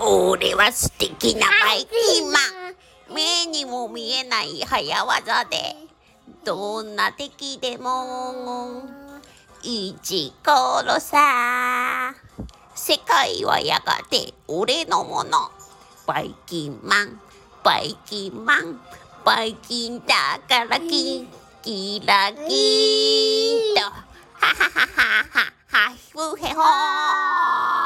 俺は素敵なバイキンマン。目にも見えない早技でどんな敵でもいちころさ。世界はやがて俺のもの。バイキンマン、バイキンマン、バイキンだからキラキーとははははははふへほー。